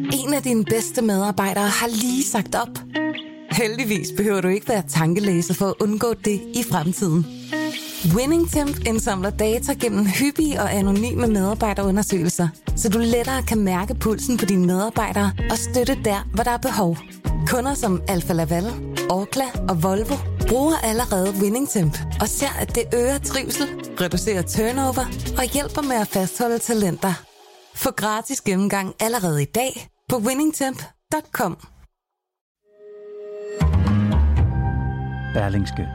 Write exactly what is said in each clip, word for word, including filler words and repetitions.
En af dine bedste medarbejdere har lige sagt op. Heldigvis behøver du ikke være tankelæser for at undgå det i fremtiden. WinningTemp indsamler data gennem hyppige og anonyme medarbejderundersøgelser, så du lettere kan mærke pulsen på dine medarbejdere og støtte der, hvor der er behov. Kunder som Alfa Laval, Orkla og Volvo bruger allerede WinningTemp og ser, at det øger trivsel, reducerer turnover og hjælper med at fastholde talenter. Få gratis gennemgang allerede i dag på winningtemp punktum com. Berlingske.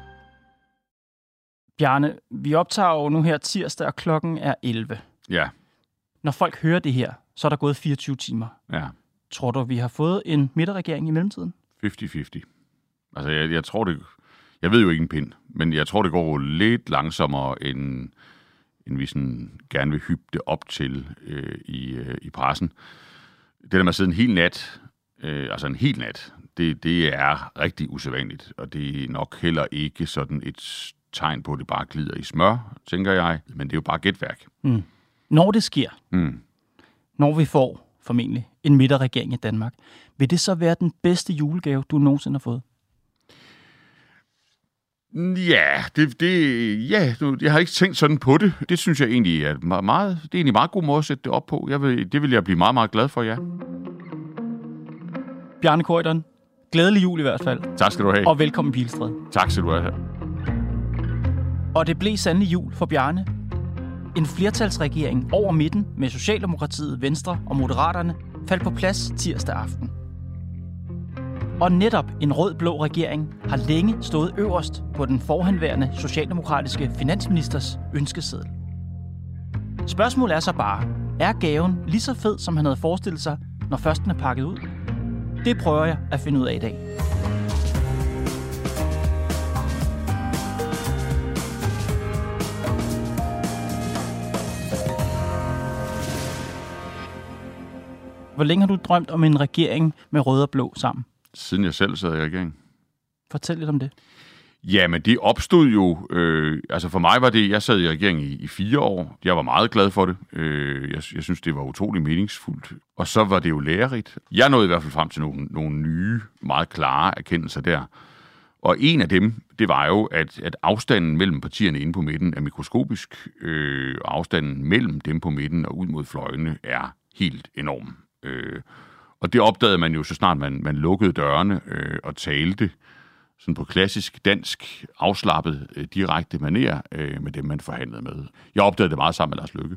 Bjarne, vi optager jo nu her tirsdag, og klokken er elleve. Ja. Når folk hører det her, så er der gået fireogtyve timer. Ja. Tror du, vi har fået en midterregering i mellemtiden? halvtreds halvtreds. Altså, jeg, jeg tror det... Jeg ved jo ikke en pind, men jeg tror, det går lidt langsommere, end, end vi sådan gerne vil hyppe det op til øh, i, øh, i pressen. Det der med at sidde en hel nat, øh, altså en hel nat, det, det er rigtig usædvanligt, og det er nok heller ikke sådan et tegn på, at det bare glider i smør, tænker jeg, men det er jo bare gætværk. Mm. Når det sker, mm. når vi får formentlig en midterregering i Danmark, vil det så være den bedste julegave, du nogensinde har fået? Ja, det, det, ja, jeg har ikke tænkt sådan på det. Det synes jeg egentlig er meget, meget, det er egentlig meget god måde at sætte det op på. Jeg vil, det vil jeg blive meget, meget glad for, ja. Bjarne Corydon, glædelig jul i hvert fald. Tak skal du have. Og velkommen Pilestræde. Tak skal du have. Og det blev sandelig jul for Bjarne. En flertalsregering over midten med Socialdemokratiet, Venstre og Moderaterne faldt på plads tirsdag aften. Og netop en rød-blå regering har længe stået øverst på den forhenværende socialdemokratiske finansministers ønskeseddel. Spørgsmålet er så bare, er gaven lige så fed, som han havde forestillet sig, når først den er pakket ud? Det prøver jeg at finde ud af i dag. Hvor længe har du drømt om en regering med rød og blå sammen? Siden jeg selv sad i regeringen. Fortæl lidt om det. Ja, men det opstod jo... Øh, altså for mig var det... Jeg sad i regeringen i, i fire år. Jeg var meget glad for det. Øh, jeg, jeg synes, det var utrolig meningsfuldt. Og så var det jo lærerigt. Jeg nåede i hvert fald frem til nogle, nogle nye, meget klare erkendelser der. Og en af dem, det var jo, at, at afstanden mellem partierne inde på midten er mikroskopisk. Øh, og afstanden mellem dem på midten og ud mod fløjene er helt enorm. Øh, og det opdagede man jo, så snart man, man lukkede dørene øh, og talte sådan på klassisk dansk, afslappet, øh, direkte manér øh, med dem, man forhandlede med. Jeg opdagede det meget sammen med Lars Løkke.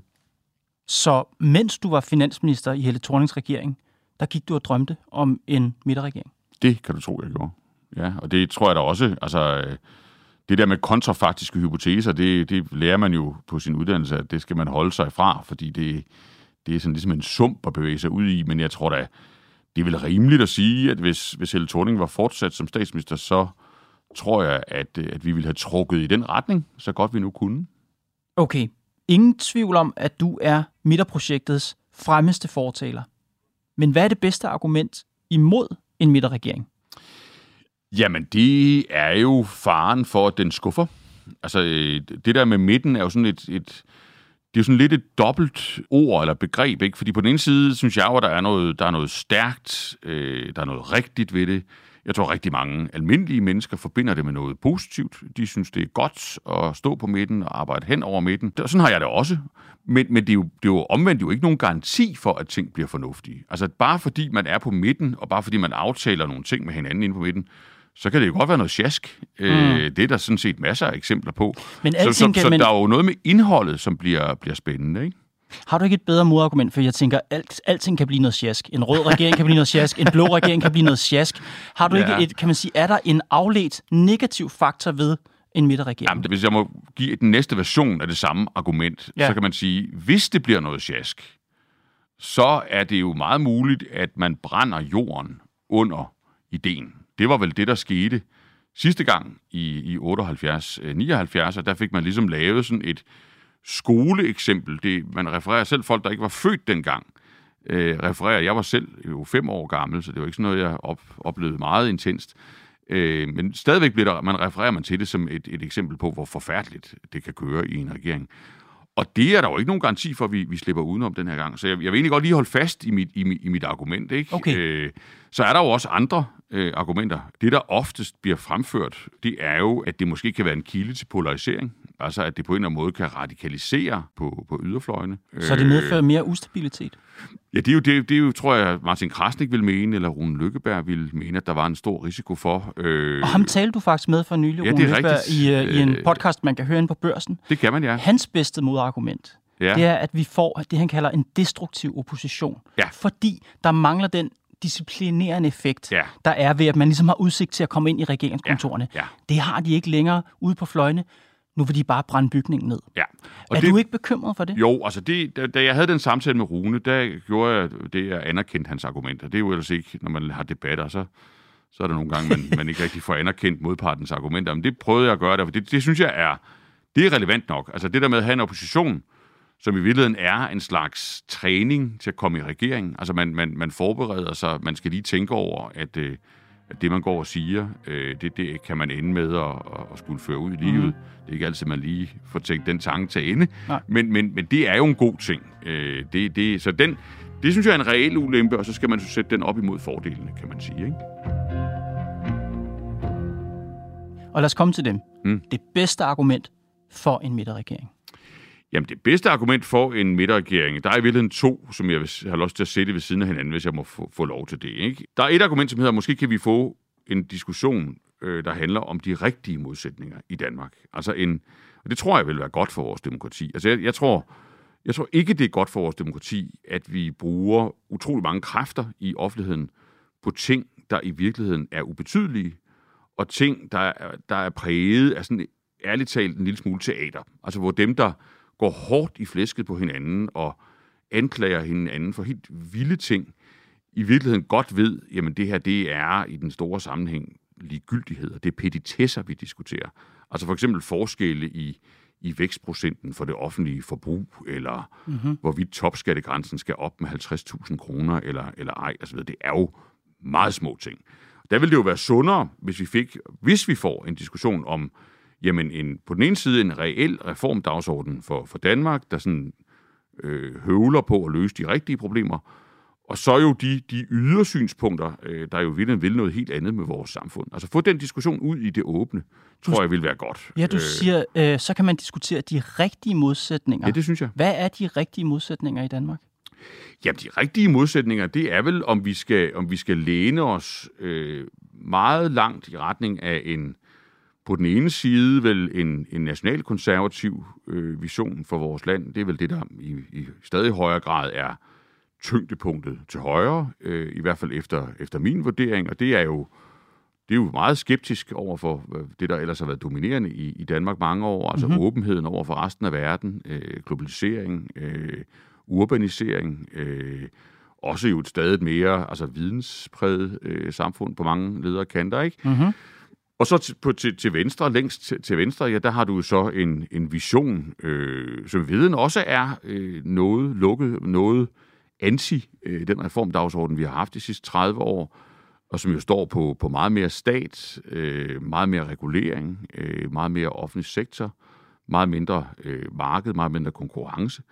Så mens du var finansminister i Helle Thornings regering, der gik du og drømte om en midterregering? Det kan du tro, jeg gjorde. Ja, og det tror jeg da også. Altså, øh, det der med kontrafaktiske hypoteser, det, det lærer man jo på sin uddannelse, at det skal man holde sig fra, fordi det Det er sådan ligesom en sump at bevæge sig ud i, men jeg tror da, det er vel rimeligt at sige, at hvis, hvis Helle Thorning var fortsat som statsminister, så tror jeg, at, at vi ville have trukket i den retning, så godt vi nu kunne. Okay. Ingen tvivl om, at du er midterprojektets fremmeste fortaler. Men hvad er det bedste argument imod en midterregering? Jamen, det er jo faren for, at den skuffer. Altså, det der med midten er jo sådan et... et Det er jo sådan lidt et dobbelt ord eller begreb, ikke? Fordi på den ene side synes jeg jo, at der er noget, der er noget stærkt, øh, der er noget rigtigt ved det. Jeg tror, rigtig mange almindelige mennesker forbinder det med noget positivt. De synes, det er godt at stå på midten og arbejde hen over midten. Sådan har jeg det også. Men, men det, er jo, det er jo omvendt jo ikke nogen garanti for, at ting bliver fornuftige. Altså bare fordi man er på midten, og bare fordi man aftaler nogle ting med hinanden inde på midten, så kan det jo godt være noget sjask. Mm. Øh, det er der sådan set masser af eksempler på. Men så så, kan, så men... der er jo noget med indholdet, som bliver, bliver spændende, ikke? Har du ikke et bedre modargument? For jeg tænker, alt, alting kan blive noget sjask. En rød regering kan blive noget sjask. En blå regering kan blive noget sjask. Har du ja. ikke et, kan man sige, er der en afledt negativ faktor ved en midterregering? Jamen, hvis jeg må give den næste version af det samme argument, ja. så kan man sige, hvis det bliver noget sjask, så er det jo meget muligt, at man brænder jorden under ideen. Det var vel det, der skete sidste gang i, i otteoghalvfjerds nioghalvfjerds, og der fik man ligesom lavet sådan et skoleeksempel. Det, man refererer selv folk, der ikke var født dengang. Øh, refererer, jeg var selv jo fem år gammel, så det var ikke sådan noget, jeg op, oplevede meget intenst. Øh, men stadigvæk bliver der, man refererer man til det som et, et eksempel på, hvor forfærdeligt det kan køre i en regering. Og det er der jo ikke nogen garanti for, at vi, vi slipper udenom den her gang. Så jeg, jeg vil egentlig godt lige holde fast i mit, i mit, i mit argument. Ikke? Okay. Øh, så er der jo også andre øh, argumenter. Det, der oftest bliver fremført, det er jo, at det måske kan være en kilde til polarisering. Altså, at det på en eller anden måde kan radikalisere på, på yderfløjene. Så det medfører mere ustabilitet? Ja, det er jo, det, det er jo, tror jeg, Martin Krasnik ville mene, eller Rune Lykkeberg ville mene, at der var en stor risiko for. Øh... Og ham talte du faktisk med for nylig, ja, Rune Lykkeberg, i, uh, i en podcast, man kan høre inde på Børsen. Det kan man, ja. Hans bedste modargument, ja. det er, at vi får det, han kalder en destruktiv opposition. Ja. Fordi der mangler den disciplinerende effekt, ja. der er ved, at man ligesom har udsigt til at komme ind i regeringskontorerne. Ja. Ja. Det har de ikke længere ude på fløjene. Nu vil de bare brænde bygningen ned. Ja. Og er det, du ikke bekymret for det? Jo, altså det, da, da jeg havde den samtale med Rune, der gjorde jeg det, jeg anerkendte hans argumenter. Det er jo ellers ikke, når man har debatter, så, så er der nogle gange, man, man ikke rigtig får anerkendt modpartens argumenter. Men det prøvede jeg at gøre der, for det, det synes jeg er, det er relevant nok. Altså det der med at have en opposition, som i virkeligheden er en slags træning til at komme i regering. Altså man, man, man forbereder sig, man skal lige tænke over, at, at det man går og siger, det, det kan man ende med at, at skulle føre ud i livet. Mm. Det er ikke altid, man lige får tænkt den tanke til ende. Men, men, men det er jo en god ting. Det, det, så den, det synes jeg er en reel ulempe, og så skal man så sætte den op imod fordelene, kan man sige. Ikke? Og lad os komme til dem. Mm. Det bedste argument for en midterregering. Jamen, det bedste argument for en midterregering, der er i virkeligheden to, som jeg har lyst til at sætte ved siden af hinanden, hvis jeg må få, få lov til det. Ikke? Der er et argument, som hedder, måske kan vi få en diskussion, øh, der handler om de rigtige modsætninger i Danmark. Altså en, og det tror jeg vil være godt for vores demokrati. Altså jeg, jeg, tror, jeg tror ikke, det er godt for vores demokrati, at vi bruger utrolig mange kræfter i offentligheden på ting, der i virkeligheden er ubetydelige, og ting, der er, der er præget af sådan ærligt talt en lille smule teater. Altså hvor dem, der går hårdt i flæsket på hinanden og anklager hinanden for helt vilde ting, i virkeligheden godt ved, jamen det her, det er i den store sammenhæng ligegyldigheder. Det er petitesser, vi diskuterer. Altså for eksempel forskelle i, i vækstprocenten for det offentlige forbrug, eller mm-hmm. hvorvidt topskattegrænsen skal op med halvtreds tusind kroner, eller, eller ej. Altså det er jo meget små ting. Der vil det jo være sundere, hvis vi fik, hvis vi får en diskussion om, jamen en, på den ene side en reel reformdagsorden for, for Danmark, der sådan øh, høvler på at løse de rigtige problemer, og så jo de, de ydersynspunkter, øh, der jo vil, vil noget helt andet med vores samfund. Altså få den diskussion ud i det åbne, tror jeg vil være godt. Ja, du øh, siger, øh, så kan man diskutere de rigtige modsætninger. Ja, det synes jeg. Hvad er de rigtige modsætninger i Danmark? Jamen, de rigtige modsætninger, det er vel, om vi skal, om vi skal læne os øh, meget langt i retning af en, på den ene side vel en, en nationalkonservativ øh, vision for vores land. Det er vel det, der i, i stadig højere grad er tyngdepunktet til højre, øh, i hvert fald efter, efter min vurdering, og det er jo det er jo meget skeptisk over for det, der ellers har været dominerende i, i Danmark mange år, altså mm-hmm. åbenheden over for resten af verden, øh, globalisering, øh, urbanisering, øh, også jo et stadig mere altså videnspræget øh, samfund på mange ledere kanter, ikke? Mm-hmm. Og så til, på, til, til venstre, længst til, til venstre, ja, der har du så en, en vision, øh, som viden også er øh, noget lukket, noget anti øh, den reformdagsorden, vi har haft de sidste tredive år, og som jo står på, på meget mere stat, øh, meget mere regulering, øh, meget mere offentlig sektor, meget mindre øh, marked, meget mindre konkurrence,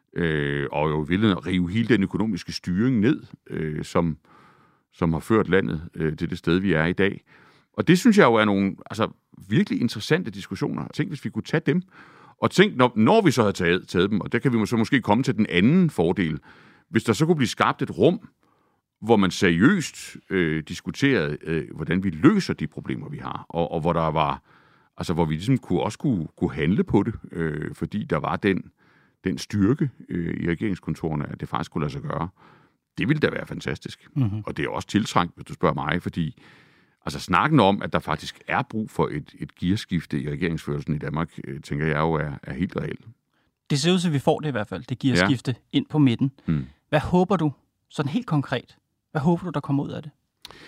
øh, og jo ville rive hele den økonomiske styring ned, øh, som, som har ført landet øh, til det sted, vi er i dag. Og det synes jeg jo er nogle altså, virkelig interessante diskussioner. Tænk, hvis vi kunne tage dem, og tænk, når, når vi så har taget, taget dem, og der kan vi så måske komme til den anden fordel, hvis der så kunne blive skabt et rum, hvor man seriøst øh, diskuterede, øh, hvordan vi løser de problemer, vi har, og, og hvor der var, altså hvor vi ligesom kunne, også kunne, kunne handle på det, øh, fordi der var den, den styrke øh, i regeringskontorerne, at det faktisk kunne lade sig gøre. Det ville da være fantastisk. Mm-hmm. Og det er også tiltrængt, hvis du spørger mig, fordi altså snakken om, at der faktisk er brug for et, et gearskifte i regeringsførelsen i Danmark, øh, tænker jeg jo er, er helt reelt. Det ser ud til, at vi får det i hvert fald, det gearskifte ja. ind på midten. Mm. Hvad håber du, sådan helt konkret, hvad håber du, der kommer ud af det?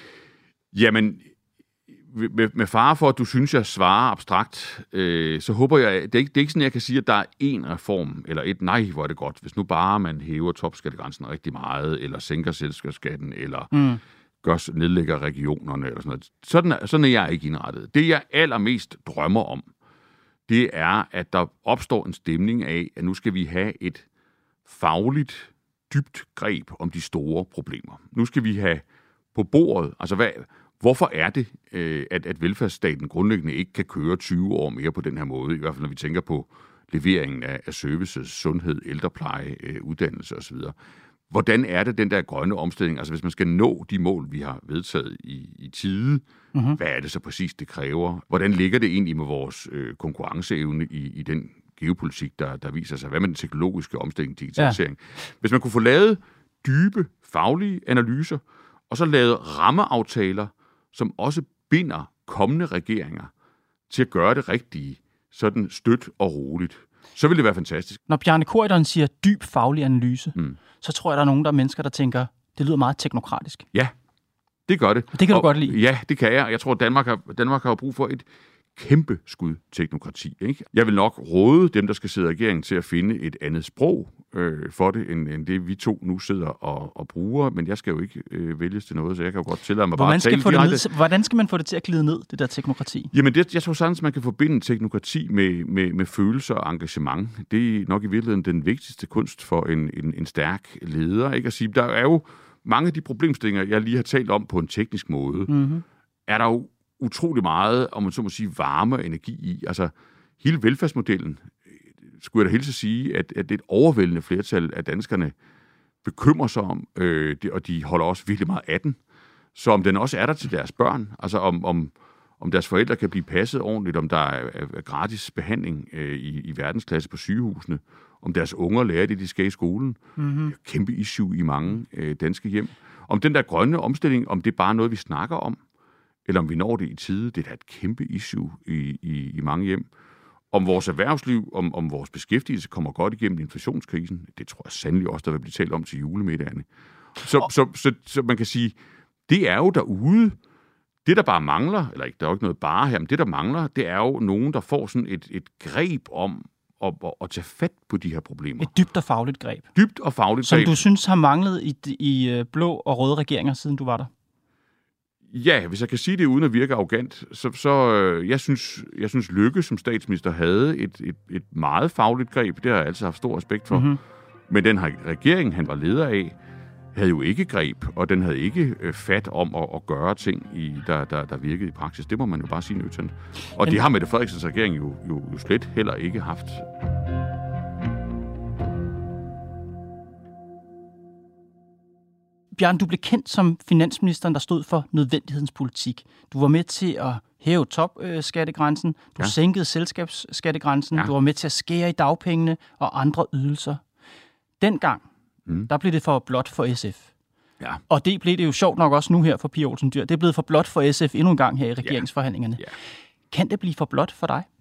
Jamen, med, med fare for, at du synes, jeg svarer abstrakt, øh, så håber jeg, det er, ikke, det er ikke sådan, jeg kan sige, at der er én reform, eller et nej, hvor er det godt, hvis nu bare man hæver topskattegrænsen rigtig meget, eller sænker selskabsskatten, eller mm. gør, nedlægger regionerne, eller sådan noget. Sådan er, sådan er jeg ikke indrettet. Det, jeg allermest drømmer om, det er, at der opstår en stemning af, at nu skal vi have et fagligt dybt greb om de store problemer. Nu skal vi have på bordet, altså hvad, hvorfor er det, øh, at, at velfærdsstaten grundlæggende ikke kan køre tyve år mere på den her måde, i hvert fald når vi tænker på leveringen af, af services, sundhed, ældrepleje, øh, uddannelse osv. Hvordan er det, den der grønne omstilling, altså hvis man skal nå de mål, vi har vedtaget i, i tide, mm-hmm. hvad er det så præcis, det kræver? Hvordan ligger det egentlig med vores øh, konkurrenceevne i, i den geopolitik, der, der viser sig? Hvad med den teknologiske omstilling, digitalisering? Ja. Hvis man kunne få lavet dybe, faglige analyser, og så lavet rammeaftaler, som også binder kommende regeringer til at gøre det rigtige, sådan støt og roligt, så vil det være fantastisk. Når Bjarne Corydon siger dyb faglig analyse, mm. så tror jeg, der er nogen, der er mennesker, der tænker, det lyder meget teknokratisk. Ja, det gør det. Og det kan du og, godt lide. Ja, det kan jeg. Jeg tror, at Danmark har, Danmark har brug for et kæmpe skud teknokrati. Ikke? Jeg vil nok råde dem, der skal sidde i regeringen, til at finde et andet sprog øh, for det, end, end det vi to nu sidder og, og bruger. Men jeg skal jo ikke øh, vælges til noget, så jeg kan jo godt tillade mig bare at tale direkte. Hvordan skal man få det til at glide ned, det der teknokrati? Jamen, det, jeg tror sagtens, man kan forbinde teknokrati med, med, med følelser og engagement. Det er nok i virkeligheden den vigtigste kunst for en, en, en stærk leder. Ikke? At sige, der er jo mange af de problemstillinger, jeg lige har talt om på en teknisk måde, mm-hmm. er der jo utrolig meget, om man så må sige, varme og energi i. Altså, hele velfærdsmodellen, skulle jeg da helst sige, at, at det er et overvældende flertal af danskerne bekymrer sig om, øh, det, og de holder også virkelig meget af den. Så om den også er der til deres børn, altså om, om, om deres forældre kan blive passet ordentligt, om der er, er gratis behandling øh, i, i verdensklasse på sygehusene, om deres unger lærer det, de skal i skolen. Mm-hmm. Det er et kæmpe issue i mange øh, danske hjem. Om den der grønne omstilling, om det er bare noget, vi snakker om, eller om vi når det i tide, det er et kæmpe issue i, i, i mange hjem. Om vores erhvervsliv, om, om vores beskæftigelse kommer godt igennem inflationskrisen, det tror jeg sandelig også, der vil blive talt om til julemiddagene. Så, så, så, så, så man kan sige, det er jo derude. Det, der bare mangler, eller ikke, der er jo ikke noget bare her, men det, der mangler, det er jo nogen, der får sådan et, et greb om at, at, at tage fat på de her problemer. Et dybt og fagligt greb. Dybt og fagligt Som greb. du synes har manglet i, i blå og røde regeringer, siden du var der? Ja, hvis jeg kan sige det uden at virke arrogant, så, så øh, jeg synes, jeg synes Løkke som statsminister havde et, et, et meget fagligt greb. Det har jeg altid haft stor respekt for. Mm-hmm. Men den her regering, han var leder af, havde jo ikke greb, og den havde ikke øh, fat om at, at gøre ting, i, der, der, der virkede i praksis. Det må man jo bare sige nøgternt. Og Men... det har Mette Frederiksens regering jo, jo, jo slet heller ikke haft. Bjarne, du blev kendt som finansministeren, der stod for nødvendighedens politik. Du var med til at hæve topskattegrænsen, du ja. sænkede selskabsskattegrænsen, ja. du var med til at skære i dagpengene og andre ydelser. Dengang, mm. der blev det for blot for S F. Ja. Og det blev det jo sjovt nok også nu her for Pia Olsen Dyhr. Det er blevet for blot for S F endnu en gang her i regeringsforhandlingerne. Ja. Ja. Kan det blive for blot for dig?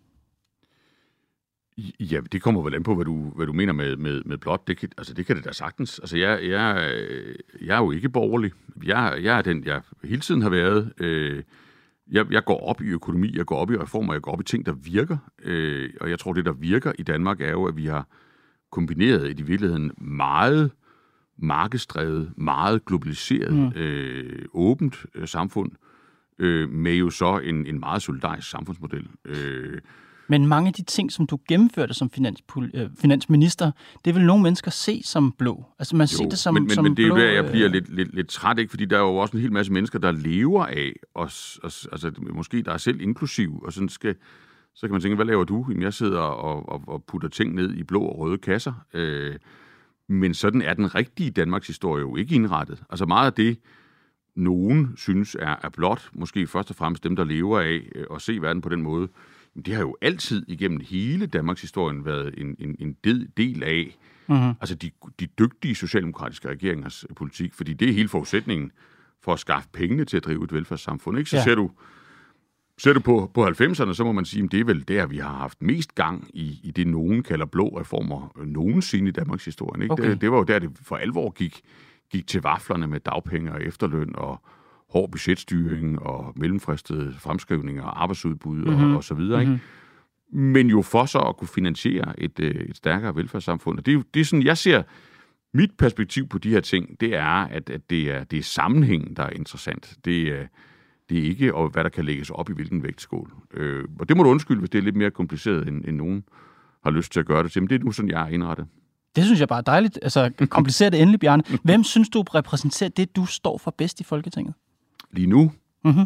Ja, det kommer vel an på, hvad du, hvad du mener med, med, med blot. Det kan, altså, det kan det da sagtens. Altså, jeg, jeg, jeg er jo ikke borgerlig. Jeg, jeg er den, jeg hele tiden har været. Øh, jeg, jeg går op i økonomi, jeg går op i reformer, jeg går op i ting, der virker. Øh, og jeg tror, det, der virker i Danmark, er jo, at vi har kombineret i virkeligheden meget markedsdrevet, meget globaliseret, mm. øh, åbent øh, samfund, øh, med jo så en, en meget solidarisk samfundsmodel. Øh, Men mange af de ting, som du gennemførte som finanspol- øh, finansminister, det vil nogle mennesker se som blå. Altså man jo, ser det som men, men, som men det er jo blå, der, jeg bliver lidt, lidt, lidt træt, ikke? Fordi der er jo også en hel masse mennesker, der lever af, og, og, altså måske der er selv inklusiv, og sådan skal, så kan man tænke, hvad laver du? Jamen, jeg sidder og, og, og putter ting ned i blå og røde kasser. Øh, men sådan er den rigtige Danmarks historie jo ikke indrettet. Altså meget af det, nogen synes er, er blot, måske først og fremmest dem, der lever af at se verden på den måde, det har jo altid igennem hele Danmarks historien været en, en, en del af mm-hmm. altså de, de dygtige socialdemokratiske regeringers politik, fordi det er hele forudsætningen for at skaffe pengene til at drive et velfærdssamfund. Ikke? Så ja. ser du, ser du på, på halvfemserne, så må man sige, at det er vel der, vi har haft mest gang i, i det, nogen kalder blå reformer nogensinde i Danmarks historie. Ikke? Okay. Det, det var jo der, det for alvor gik, gik til vaflerne med dagpenge og efterløn og hård budgetstyring og mellemfristede fremskrivninger og arbejdsudbud mm-hmm. og, og så videre. Ikke? Mm-hmm. Men jo for så at kunne finansiere et, et stærkere velfærdssamfund. Og det er, det er sådan, jeg ser, mit perspektiv på de her ting, det er, at, at det, er, det er sammenhængen, der er interessant. Det er, Det er ikke, og hvad der kan lægges op i hvilken vægtskål. Øh, og det må du undskylde, hvis det er lidt mere kompliceret, end, end nogen har lyst til at gøre det til. Men det er nu sådan, jeg er indrettet. Det synes jeg bare er dejligt. Altså, kompliceret det endelig, Bjarne. Hvem synes du repræsenterer det, du står for bedst i Folketinget? Lige nu? Mm-hmm.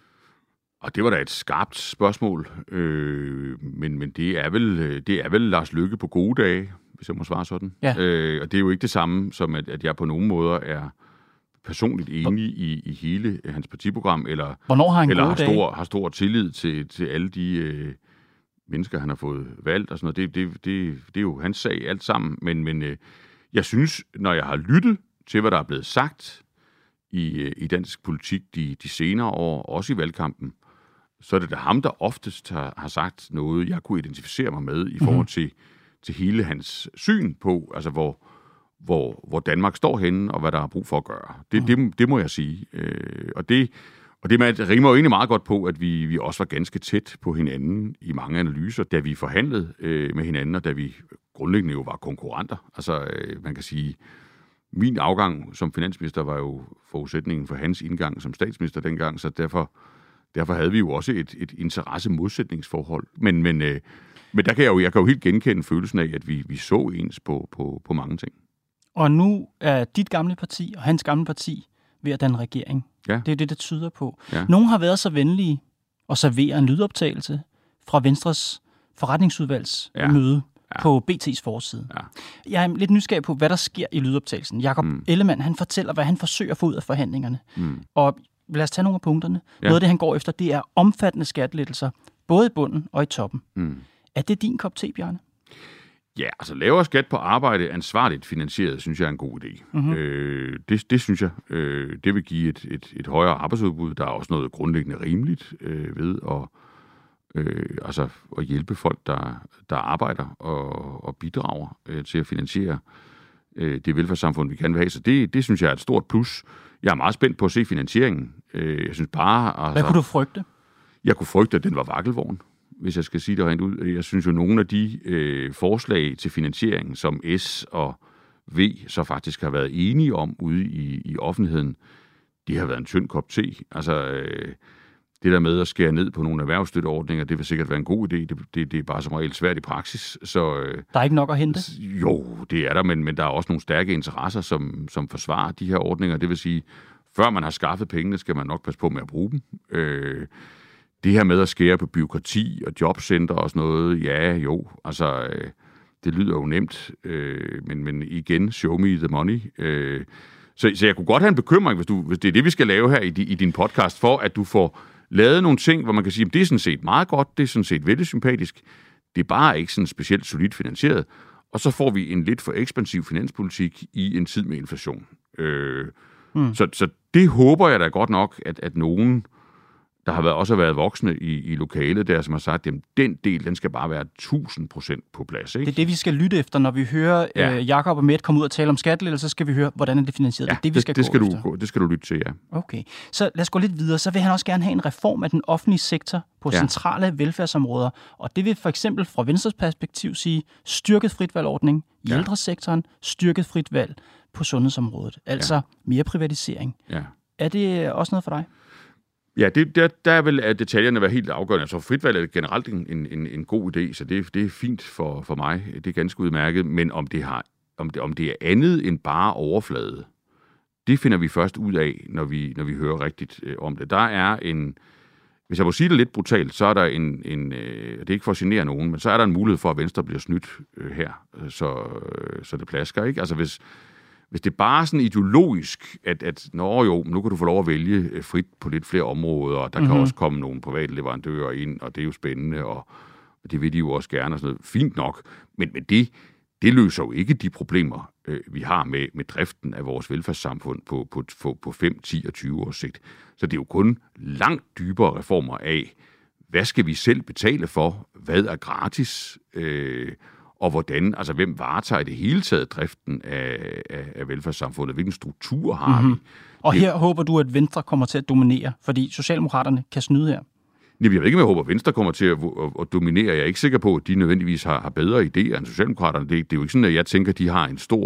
Og det var da et skarpt spørgsmål. Øh, men men det, er vel, det er vel Lars Løkke på gode dage, hvis jeg må svare sådan. Ja. Øh, og det er jo ikke det samme, som at, at jeg på nogen måder er personligt enig i, i hele hans partiprogram, eller, Hvornår har han eller gode har, dage? stor, har stor tillid til, til alle de øh, mennesker, han har fået valgt og sådan noget. Det, det, det, det er jo hans sag alt sammen. Men, men øh, jeg synes, når jeg har lyttet til, hvad der er blevet sagt i, øh, i dansk politik de, de senere år, også i valgkampen, så er det da ham, der oftest har, har sagt noget, jeg kunne identificere mig med i forhold til, mm-hmm. til hele hans syn på, altså hvor, hvor, hvor Danmark står henne, og hvad der er brug for at gøre. Det, mm. det, det må jeg sige. Øh, og det, og det, det rimer jo egentlig meget godt på, at vi, vi også var ganske tæt på hinanden i mange analyser, da vi forhandlede øh, med hinanden, og da vi grundlæggende jo var konkurrenter. Altså, øh, man kan sige, min afgang som finansminister var jo forudsætningen for hans indgang som statsminister dengang, så derfor... Derfor havde vi jo også et, et interesse-modsætningsforhold. Men, men, øh, men der kan jeg, jo, jeg kan jo helt genkende følelsen af, at vi, vi så ens på, på, på mange ting. Og nu er dit gamle parti og hans gamle parti ved at danne regering. Ja. Det er det, det tyder på. Ja. Nogle har været så venlige at servere en lydoptagelse fra Venstres forretningsudvalgsmøde ja. ja. på B T's forside. Ja. Jeg er lidt nysgerrig på, hvad der sker i lydoptagelsen. Jakob mm. Ellemann, han fortæller, hvad han forsøger at få ud af forhandlingerne. Mm. Og lad os tage nogle af punkterne. Ja. Noget af det, han går efter, det er omfattende skattelettelser, både i bunden og i toppen. Mm. Er det din kop te, Bjarne? Ja, altså lavere skat på arbejde, ansvarligt finansieret, synes jeg er en god idé. Mm-hmm. Øh, det, det synes jeg. Øh, det vil give et, et, et højere arbejdsudbud. Der er også noget grundlæggende rimeligt øh, ved at, øh, altså, at hjælpe folk, der, der arbejder og, og bidrager øh, til at finansiere øh, det velfærdssamfund, vi gerne vil have. Så det, det synes jeg er et stort plus. Jeg er meget spændt på at se finansieringen. Jeg synes bare... Altså, hvad kunne du frygte? Jeg kunne frygte, at den var vakkelvogn, hvis jeg skal sige det rent ud. Jeg synes jo, nogle af de øh, forslag til finansiering, som S og V så faktisk har været enige om ude i, i offentligheden, de har været en tynd kop te. Altså, øh, det der med at skære ned på nogle erhvervsstøtteordninger, det vil sikkert være en god idé. Det, det, det er bare som regel svært i praksis. Så, øh, der er ikke nok at hente? Jo, det er der, men, men der er også nogle stærke interesser, som, som forsvarer de her ordninger. Det vil sige, før man har skaffet pengene, skal man nok passe på med at bruge dem. Øh, det her med at skære på byråkrati og jobcenter og sådan noget, ja, jo, altså, øh, det lyder jo nemt, øh, men, men igen, show me the money. Øh, så, så jeg kunne godt have en bekymring, hvis, du, hvis det er det, vi skal lave her i, i din podcast, for at du får lavet nogle ting, hvor man kan sige, at det er sådan set meget godt, det er sådan set vældig sympatisk, det er bare ikke sådan specielt solidt finansieret, og så får vi en lidt for ekspansiv finanspolitik i en tid med inflation. Øh, mm. så, så det håber jeg da godt nok, at, at nogen, der har været, også har været voksne i, i lokalet der, som har sagt, at den del, den skal bare være tusind procent på plads. Ikke? Det er det, vi skal lytte efter, når vi hører ja. øh, Jakob og Mette komme ud og tale om skattelettelser, så skal vi høre, hvordan er det finansieret. Ja, det er det, vi skal det, det skal gå du, efter. Det skal du lytte til, ja. Okay, så lad os gå lidt videre. Så vil han også gerne have en reform af den offentlige sektor på ja. centrale velfærdsområder, og det vil for eksempel fra Venstres perspektiv sige styrket fritvalgordning i ja. ældresektoren, styrket frit valg på sundhedsområdet, altså ja. mere privatisering. Ja. Er det også noget for dig? Ja, det, der, der vil at detaljerne være helt afgørende. Altså fritvalg er generelt en, en, en god idé, så det, det er fint for, for mig. Det er ganske udmærket. Men om det, har, om, det, om det er andet end bare overflade, det finder vi først ud af, når vi, når vi hører rigtigt øh, om det. Der er en, hvis jeg må sige det lidt brutalt, så er der en, en øh, det er ikke for at genere nogen, men så er der en mulighed for, at Venstre bliver snydt øh, her, så, øh, så det plasker, ikke? Altså hvis Hvis det er bare sådan ideologisk, at, at nå jo, nu kan du få lov at vælge frit på lidt flere områder, og der mm-hmm. kan også komme nogle private leverandører ind, og det er jo spændende, og, og det vil de jo også gerne, og sådan noget. Fint nok, men, men det, det løser jo ikke de problemer, øh, vi har med, med driften af vores velfærdssamfund på, på, på, på fem, ti og tyve års sigt. Så det er jo kun langt dybere reformer af, hvad skal vi selv betale for, hvad er gratis, øh, og hvordan, altså hvem varetager i det hele taget driften af, af, af velfærdssamfundet? Hvilken struktur har mm-hmm. vi? Og her det, håber du, at Venstre kommer til at dominere, fordi Socialdemokraterne kan snyde her. Jeg ved ikke, om jeg håber, at Venstre kommer til at, at, at dominere. Jeg er ikke sikker på, at de nødvendigvis har, har bedre idéer end Socialdemokraterne. Det, det er jo ikke sådan, at jeg tænker, at de har en stor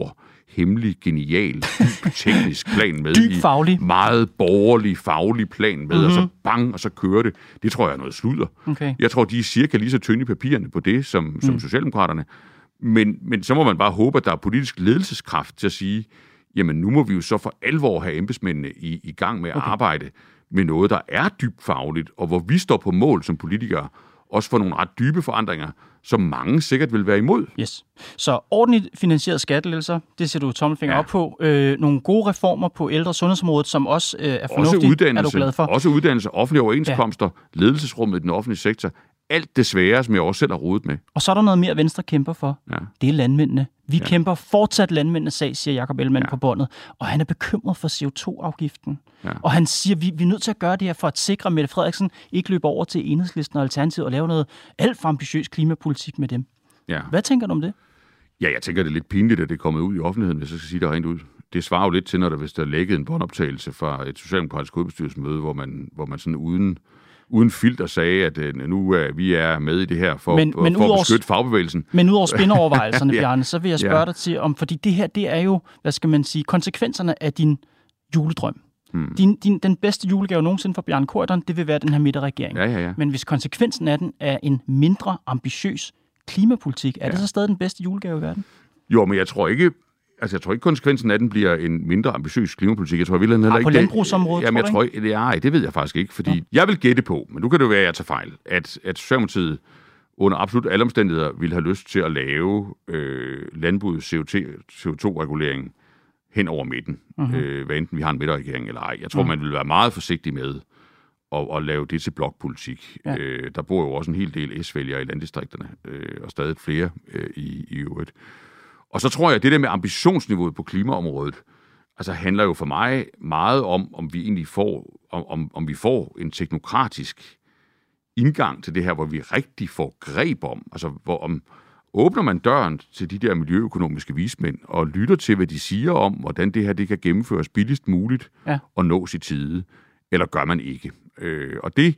hemmelig, genial, dyb teknisk plan med. Dyb faglig. I meget borgerlig, faglig plan med, mm-hmm. og så bang, og så kører det. Det tror jeg er noget sludder. Okay. Jeg tror, de er cirka lige så tynde i papirerne på det, som, mm. som Socialdemokraterne. Men, men så må man bare håbe, at der er politisk ledelseskraft til at sige, jamen nu må vi jo så for alvor have embedsmændene i, i gang med at okay. arbejde med noget, der er dybt fagligt, og hvor vi står på mål som politikere, også for nogle ret dybe forandringer, som mange sikkert vil være imod. Yes. Så ordentligt finansierede skattelettelser, det ser du tommelfinger ja. op på. Øh, nogle gode reformer på ældre- og sundhedsområdet, som også øh, er fornuftige, er du glad for? Også uddannelse, offentlige overenskomster, ja. ledelsesrummet i den offentlige sektor. Alt det svære, som jeg også selv har rodet med. Og så er der noget mere, Venstre kæmper for. Ja. Det er landmændene. Vi ja. kæmper fortsat landmændenes sag, siger Jakob Ellemann ja. på båndet. Og han er bekymret for C O to afgiften. Ja. Og han siger, at vi, vi er nødt til at gøre det her for at sikre, at Mette Frederiksen ikke løber over til Enhedslisten og Alternativet og lave noget alt for ambitiøs klimapolitik med dem. Ja. Hvad tænker du om det? Ja, jeg tænker, det er lidt pinligt, at det er kommet ud i offentligheden, hvis jeg skal sige det rent ud. Det svarer jo lidt til, når der hvis der lækkede en båndoptagelse fra et socialdemokratisk hovedbestyrelsesmøde, hvor man, hvor man sådan uden... uden filter sagde, at uh, nu uh, vi er med i det her for, men, for, men for at beskytte fagbevægelsen. Men udover spinderovervejelserne, ja. Bjarne, så vil jeg spørge ja. dig til, om, fordi det her, det er jo, hvad skal man sige, konsekvenserne af din juledrøm. Hmm. Din, din, den bedste julegave nogensinde for Bjarne Corydon, det vil være den her midterregering. Ja, ja, ja. Men hvis konsekvensen af den er en mindre ambitiøs klimapolitik, er ja. det så stadig den bedste julegave i verden? Jo, men jeg tror ikke, altså jeg tror ikke konsekvensen af den bliver en mindre ambitiøs klimapolitik. Jeg tror virkelig heller ikke. På landbrugsområdet, jamen, jeg tror ikke, det er, det ved jeg faktisk ikke, fordi ja. jeg vil gætte på, men nu kan det jo være, at jeg tager fejl, at, at Socialdemokratiet under absolut alle omstændigheder ville have lyst til at lave øh, landbrugets C O to regulering hen over midten, uh-huh. øh, hvad enten vi har en midterregering eller ej. Jeg tror, uh-huh. man vil være meget forsigtig med at, at lave det til blokpolitik. Ja. Øh, der bor jo også en hel del S-vælgere i landdistrikterne, øh, og stadig flere øh, i, i øvrigt. Og så tror jeg, at det der med ambitionsniveauet på klimaområdet, altså handler jo for mig meget om, om vi egentlig får, om, om vi får en teknokratisk indgang til det her, hvor vi rigtig får greb om, altså hvor om, åbner man døren til de der miljøøkonomiske vismænd og lytter til, hvad de siger om, hvordan det her det kan gennemføres billigst muligt ja. og nås i tide, eller gør man ikke. Øh, og det,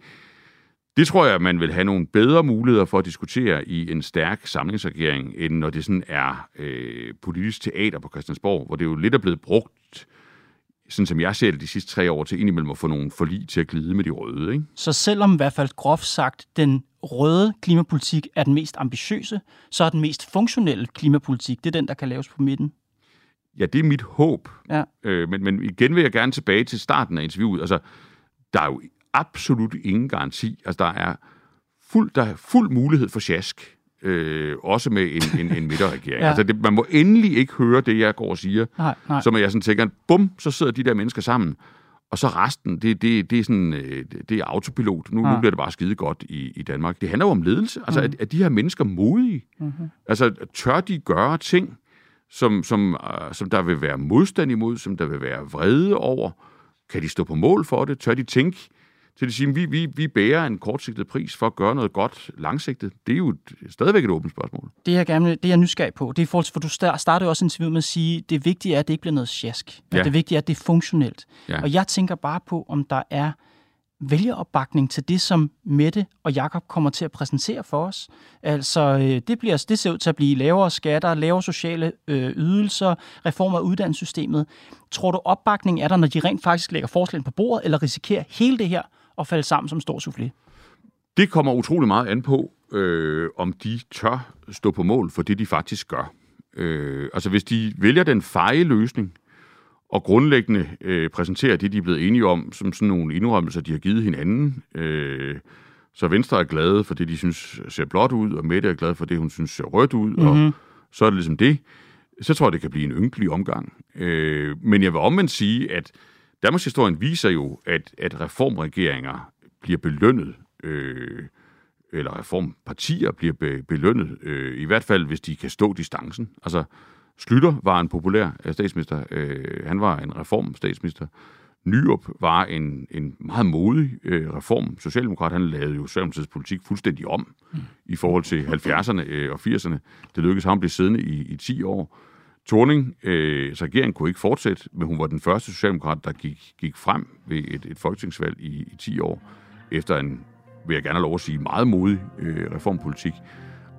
det tror jeg, man vil have nogle bedre muligheder for at diskutere i en stærk samlingsregering, end når det sådan er øh, politisk teater på Christiansborg, hvor det jo lidt er blevet brugt, sådan som jeg ser det de sidste tre år, til indimellem at få nogle forlig til at glide med de røde. Ikke? Så selvom i hvert fald groft sagt, den røde klimapolitik er den mest ambitiøse, så er den mest funktionelle klimapolitik, det er den, der kan laves på midten? Ja, det er mit håb. Ja. Øh, men, men igen vil jeg gerne tilbage til starten af interviewet. Altså, der er jo absolut ingen garanti. Altså, der er fuld, der er fuld mulighed for sjask, øh, også med en, en, en midterregering. ja. Altså, det, man må endelig ikke høre det, jeg går og siger. Nej, nej. Så jeg sådan tænker, bum, så sidder de der mennesker sammen. Og så resten, det, det, det, er, sådan, det er autopilot. Nu, ja. nu bliver det bare skide godt i, i Danmark. Det handler jo om ledelse. Altså, mm. er, er de her mennesker modige? Mm-hmm. Altså, tør de gøre ting, som, som, uh, som der vil være modstand imod, som der vil være vrede over? Kan de stå på mål for det? Tør de tænke til at sige, at vi, vi, vi bærer en kortsigtet pris for at gøre noget godt langsigtet? Det er jo et, stadigvæk et åbent spørgsmål. Det er jeg gerne, det er jeg nysgerrig på. Det er i forhold til, for du startede også interviewet med at sige, at det vigtige er, at det ikke bliver noget sjask. Ja. Det vigtige er, at det er funktionelt. Ja. Og jeg tænker bare på, om der er vælgeropbakning til det, som Mette og Jakob kommer til at præsentere for os. Altså, det, bliver, det ser ud til at blive lavere skatter, lavere sociale øh, ydelser, reformer af uddannelsessystemet. Tror du, opbakning er der, når de rent faktisk lægger forslagene på bordet, eller risikerer hele det her at falde sammen som stor soufflé? Det kommer utrolig meget an på, øh, om de tør stå på mål for det, de faktisk gør. Øh, altså, hvis de vælger den feje løsning, og grundlæggende øh, præsenterer det, de er blevet enige om, som sådan nogle indrømmelser, de har givet hinanden. Øh, så Venstre er glade for det, de synes ser blåt ud, og Mette er glad for det, hun synes ser rødt ud, mm-hmm. og så er det ligesom det. Så tror jeg, det kan blive en ynkelig omgang. Øh, men jeg vil omvendt sige, at Danmarks historien viser jo, at, at reformregeringer bliver belønnet, øh, eller reformpartier bliver be, belønnet, øh, i hvert fald hvis de kan stå distancen. Altså, Schlüter var en populær statsminister. Øh, han var en reformstatsminister. Nyrup var en, en meget modig øh, reform. Socialdemokrat, han lavede jo Socialdemokratiets politik fuldstændig om mm. i forhold til halvfjerdserne øh, og firserne. Det lykkedes ham at blive siddende i, i ti år. Thorning, øh, så regeringen kunne ikke fortsætte, men hun var den første socialdemokrat, der gik, gik frem ved et, et folketingsvalg i, i ti år, efter en, vil jeg gerne have lov at sige, meget modig øh, reformpolitik.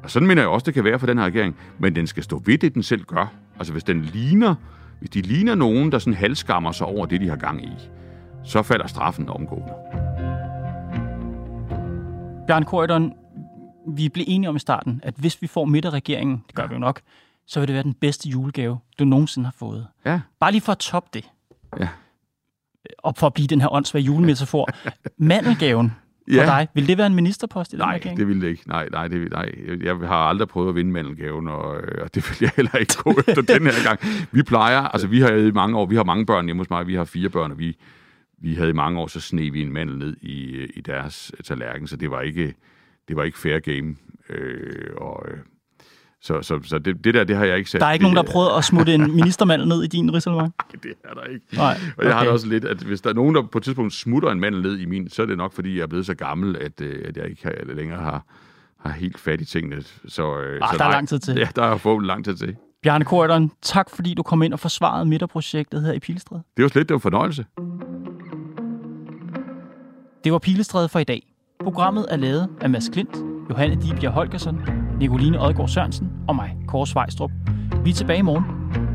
Og sådan mener jeg også, det kan være for den her regering, men den skal stå ved det, den selv gør. Altså hvis den ligner, hvis de ligner nogen, der sådan halvskammer sig over det, de har gang i, så falder straffen omgående. Bjarne Corydon, vi blev enige om i starten, at hvis vi får midterregeringen, det gør ja. vi jo nok, så vil det være den bedste julegave, du nogensinde har fået. Ja. Bare lige for at toppe det. Ja. Og for at blive den her åndssvage julemetafor. Mandelgaven for ja. dig, vil det være en ministerpost i den nej, regering? det vil det ikke. Nej, nej, det vil, nej. Jeg har aldrig prøvet at vinde mandelgaven, og, og det vil jeg heller ikke gå efter den her gang. Vi plejer, altså vi har i mange år, vi har mange børn hjemme hos mig, vi har fire børn, og vi, vi havde i mange år, så sneg vi en mandel ned i, i deres tallerken, så det var ikke, det var ikke fair game. Øh, og, så så, så det, det der, det har jeg ikke sat. Der er ikke nogen, der har prøvet at smutte en ministermandel ned i din risalemang? Det er der ikke. Nej, okay. Og jeg har det også lidt, at hvis der er nogen, der på et tidspunkt smutter en mandel ned i min, så er det nok, fordi jeg er blevet så gammel, at, at jeg ikke har, længere har, har helt fat i tingene. Så, Arh, så der nej, er lang tid til. Ja, der er forhåbentlig lang tid til. Bjarne Corydon, tak fordi du kom ind og forsvarede midterprojektet her i Pilestræde. Det var slet, det var en fornøjelse. Det var Pilestræde for i dag. Programmet er lavet af Mads Klint, Johanne Dibjerg Holgersen, Nicoline Odgaard Sørensen og mig, Kåre Svejstrup. Vi er tilbage i morgen.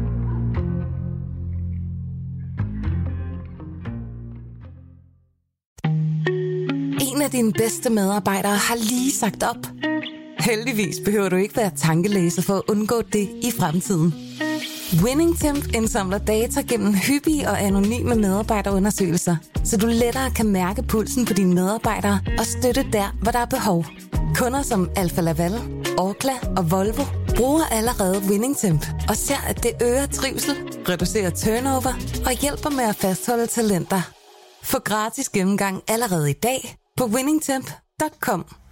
En af dine bedste medarbejdere har lige sagt op. Heldigvis behøver du ikke være tankelæser for at undgå det i fremtiden. WinningTemp indsamler data gennem hyppige og anonyme medarbejderundersøgelser, så du lettere kan mærke pulsen på dine medarbejdere og støtte der, hvor der er behov. Kunder som Alfa Laval, Orkla og Volvo bruger allerede WinningTemp og ser, at det øger trivsel, reducerer turnover og hjælper med at fastholde talenter. Få gratis gennemgang allerede i dag på winningtemp punktum com.